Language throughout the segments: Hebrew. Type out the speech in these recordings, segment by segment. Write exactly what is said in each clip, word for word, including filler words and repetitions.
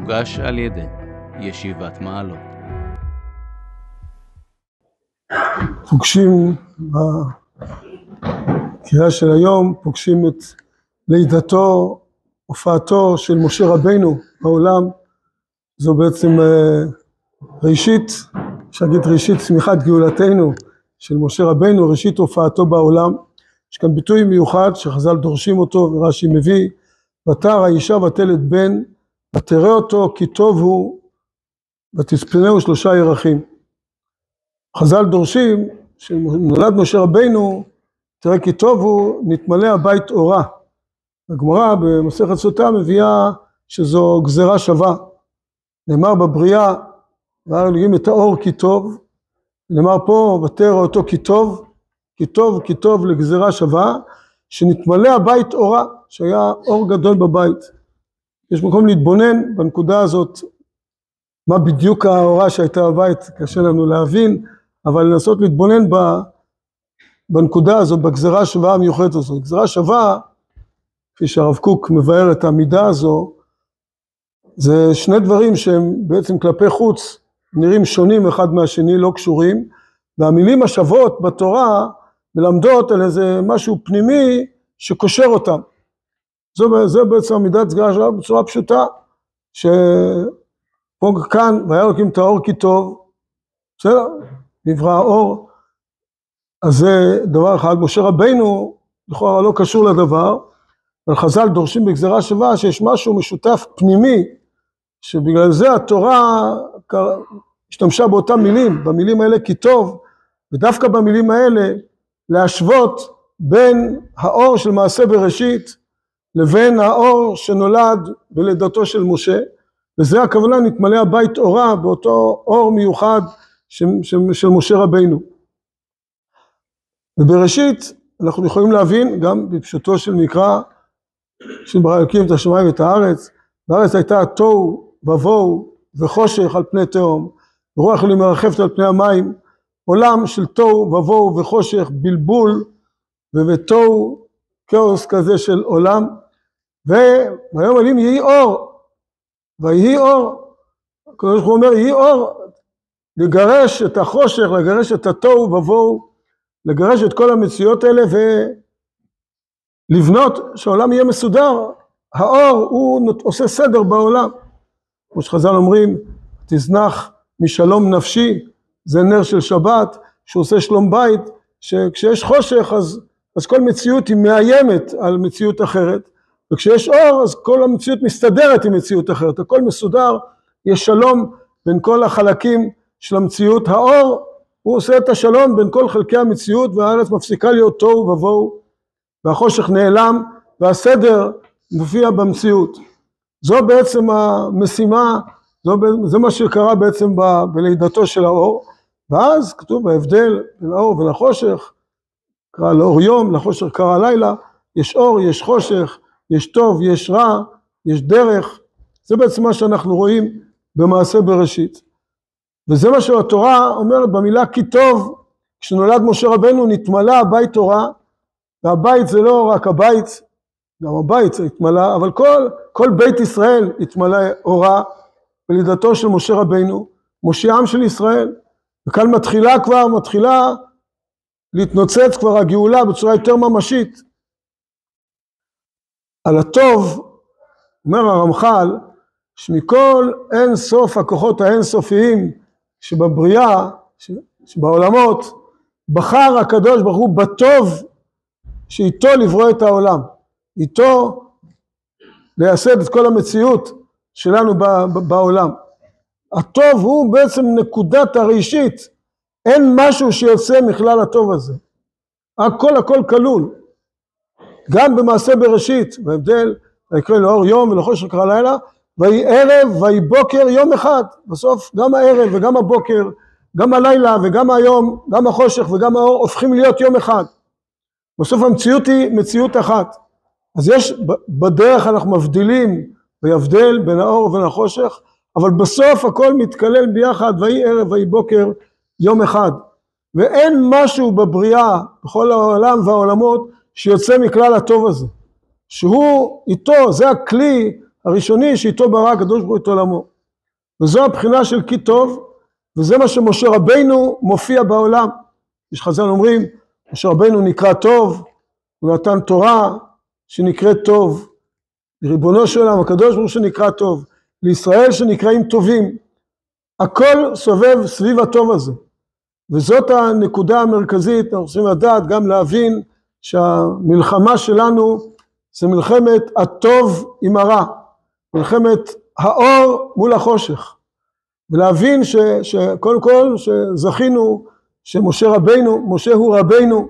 מוגש על ידי ישיבת מעלות. פוגשים בקריאה של היום, פוגשים את לידתו, הופעתו של משה רבינו בעולם. זו בעצם ראשית, אפשר להגיד ראשית צמיחת גאולתנו של משה רבינו, ראשית הופעתו בעולם. יש כאן ביטוי מיוחד שחז"ל דורשים אותו ורש"י מביא, ותרא האישה ותלד בן, ותראה אותו כי טוב הוא, ותצפנהו שלושה ירחים. חז"ל דורשים שנולד משה רבינו, תראה כי טוב הוא, נתמלא הבית אורה. הגמרא במסכת סוטה מביאה שזו גזרה שווה. נאמר בבריאה, והיה אלוהים את האור כי טוב, נאמר פה ותראה אותו כי טוב, כי טוב כי טוב לגזרה שווה, שנתמלא הבית אורה, שהיה אור גדול בבית. יש מקום להתבונן בנקודה הזאת, מה בדיוק האורה שהייתה בבית, קשה לנו להבין, אבל לנסות להתבונן בנקודה הזאת, בגזרה שווה המיוחדת הזאת. גזרה שווה, כפי שהרב קוק מבאר את המידה הזו, זה שני דברים שהם בעצם כלפי חוץ, נראים שונים אחד מהשני, לא קשורים, והמילים השוות בתורה מלמדות על איזה משהו פנימי שקושר אותם. זו, זה בעצם המידת גזרה שווה בצורה פשוטה, שפה כאן, והיה אלוקים את האור כי טוב, בסדר? נברא האור, אז זה דבר אחד. משה רבינו, לכאורה לא קשור לדבר, אבל חז"ל דורשים בגזרה שווה שיש משהו משותף פנימי, שבגלל זה התורה השתמשה באותם מילים, במילים האלה כי טוב, ודווקא במילים האלה להשוות בין האור של מעשה בראשית, לבין האור שנולד בלידתו של משה, וזה הכוונה נתמלא הבית אורה, באותו אור מיוחד של, של, של משה רבינו. ובראשית אנחנו יכולים להבין גם בפשוטו של מקרא, שברא אלוקים את השמיים ואת הארץ, והארץ הייתה תוהו ובוהו וחושך על פני תהום, ורוח אלוהים מרחפת על פני המים, עולם של תוהו ובוהו וחושך, בלבול ובתוהו כאוס כזה של עולם, והיום עלים יהי אור, ויהי אור, הקדוש ברוך הוא אומר יהי אור, לגרש את החושך, לגרש את התוהו ובוהו, לגרש את כל המציאות האלה ולבנות שהעולם יהיה מסודר. האור הוא עושה סדר בעולם, כמו שחז"ל אומרים, תזנח משלום נפשי, זה נר של שבת, שעושה שלום בית, שכשיש חושך אז, אז כל מציאות היא מאיימת על מציאות אחרת, וכשיש אור אז כל המציאות מסתדרת עם מציאות אחרת, הכל מסודר, יש שלום בין כל החלקים של המציאות. האור הוא עושה את השלום בין כל חלקי המציאות, והארץ מפסיקה להיות תוהו ובוהו, והחושך נעלם, והסדר מופיע במציאות. זו בעצם המשימה, זו, זה מה שקרה בעצם ב, בלידתו של האור, ואז כתוב ההבדל בין האור ולחושך, קרא לאור יום, לחושך קרא לילה, יש אור, יש חושך, יש טוב, יש רע, יש דרך, זה בעצם מה שאנחנו רואים במעשה בראשית. וזה מה שהתורה אומרת במילה כי טוב, כשנולד משה רבינו נתמלא הבית אורה, והבית זה לא רק הבית, גם הבית זה התמלא, אבל כל, כל בית ישראל התמלא אורה, בלידתו של משה רבינו, משה עם של ישראל, וכאן מתחילה כבר, מתחילה להתנוצץ כבר הגאולה בצורה יותר ממשית. על הטוב, אומר הרמח"ל, שמכל אין סוף הכוחות האין סופיים שבבריאה, שבעולמות, בחר הקדוש ברוך הוא בטוב שאיתו לברוא את העולם, איתו לייסד את כל המציאות שלנו בעולם. הטוב הוא בעצם נקודת הראשית, אין משהו שיוצא מכלל הטוב הזה, הכל הכל כלול, גם במעשה בראשית, בהבדל, ויקרא לאור יום ולחושך קרא לילה, ויהי ערב ויהי בוקר יום אחד, בסוף גם הערב וגם הבוקר, גם הלילה וגם היום, גם החושך וגם האור הופכים להיות יום אחד, בסוף המציאות היא מציאות אחת. אז יש בדרך אנחנו מבדילים ויבדל בין האור ובין החושך, אבל בסוף הכל מתכלל ביחד, ויהי ערב ויהי בוקר יום אחד, ואין משהו בבריאה בכל העולם והעולמות שיוצא מכלל הטוב הזה, שהוא איתו, זה הכלי הראשוני שאיתו ברא הקדוש ברוך הוא את עולמו. וזו הבחינה של כי טוב, וזה מה שמשה רבינו מופיע בעולם. יש חז"ל אומרים, משה רבינו נקרא טוב, הוא נתן תורה שנקראת טוב, ריבונו של עולם, הקדוש ברוך הוא שנקרא טוב, לישראל שנקראים טובים, הכל סובב סביב הטוב הזה. וזאת הנקודה המרכזית, אנחנו צריכים לדעת גם להבין שהמלחמה שלנו זה מלחמת הטוב עם הרע, מלחמת האור מול החושך, ולהבין ש, שקודם כל שזכינו שמשה רבינו, משה הוא רבינו,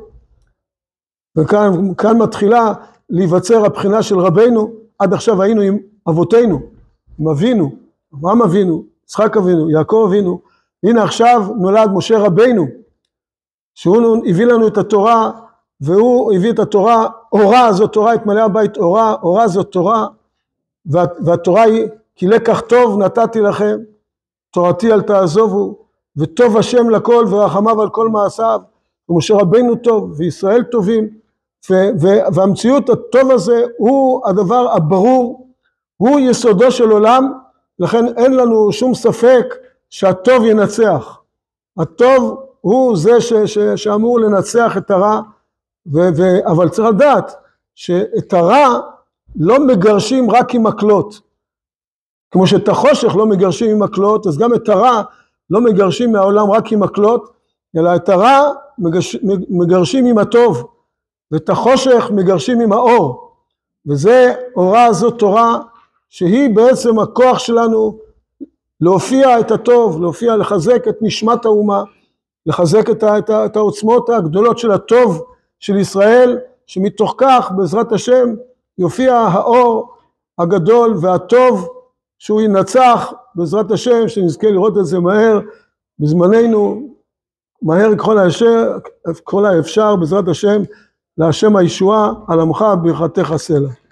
וכאן כאן מתחילה להיווצר הבחינה של רבינו. עד עכשיו היינו עם אבותינו, עם אבינו, אברהם אבינו, יצחק אבינו, יעקב אבינו, הנה עכשיו נולד משה רבינו, שהוא הביא לנו את התורה, והוא הביא את התורה, אורה זאת תורה, את מלא הבית אורה, אורה זאת תורה, וה, והתורה היא, כי לקח טוב נתתי לכם, תורתי אל תעזובו, וטוב השם לכל ורחמיו על כל מעשיו, ומשה רבינו טוב, וישראל טובים, והמציאות הטוב הזה הוא הדבר הברור, הוא יסודו של עולם, לכן אין לנו שום ספק שהטוב ינצח. הטוב הוא זה ש, ש, שאמור לנצח את הרע, ו, ו, אבל צריך לדעת שאת הרע לא מגרשים רק עם מקלות. כמו שאת החושך לא מגרשים עם מקלות, אז גם את הרע לא מגרשים מהעולם רק עם מקלות, אלא את הרע מגרש, מגרשים עם הטוב. ואת החושך מגרשים עם האור, וזה אורה זאת תורה, שהיא בעצם הכוח שלנו להופיע את הטוב, להופיע, לחזק את נשמת האומה, לחזק את, את, את העוצמות הגדולות של הטוב של ישראל, שמתוך כך בעזרת השם יופיע האור הגדול והטוב, שהוא ינצח בעזרת השם, שנזכה לראות את זה מהר, בזמננו, מהר ככל האפשר, ככל האפשר בעזרת השם, להשם הישועה, על עמך ברכתך סלע.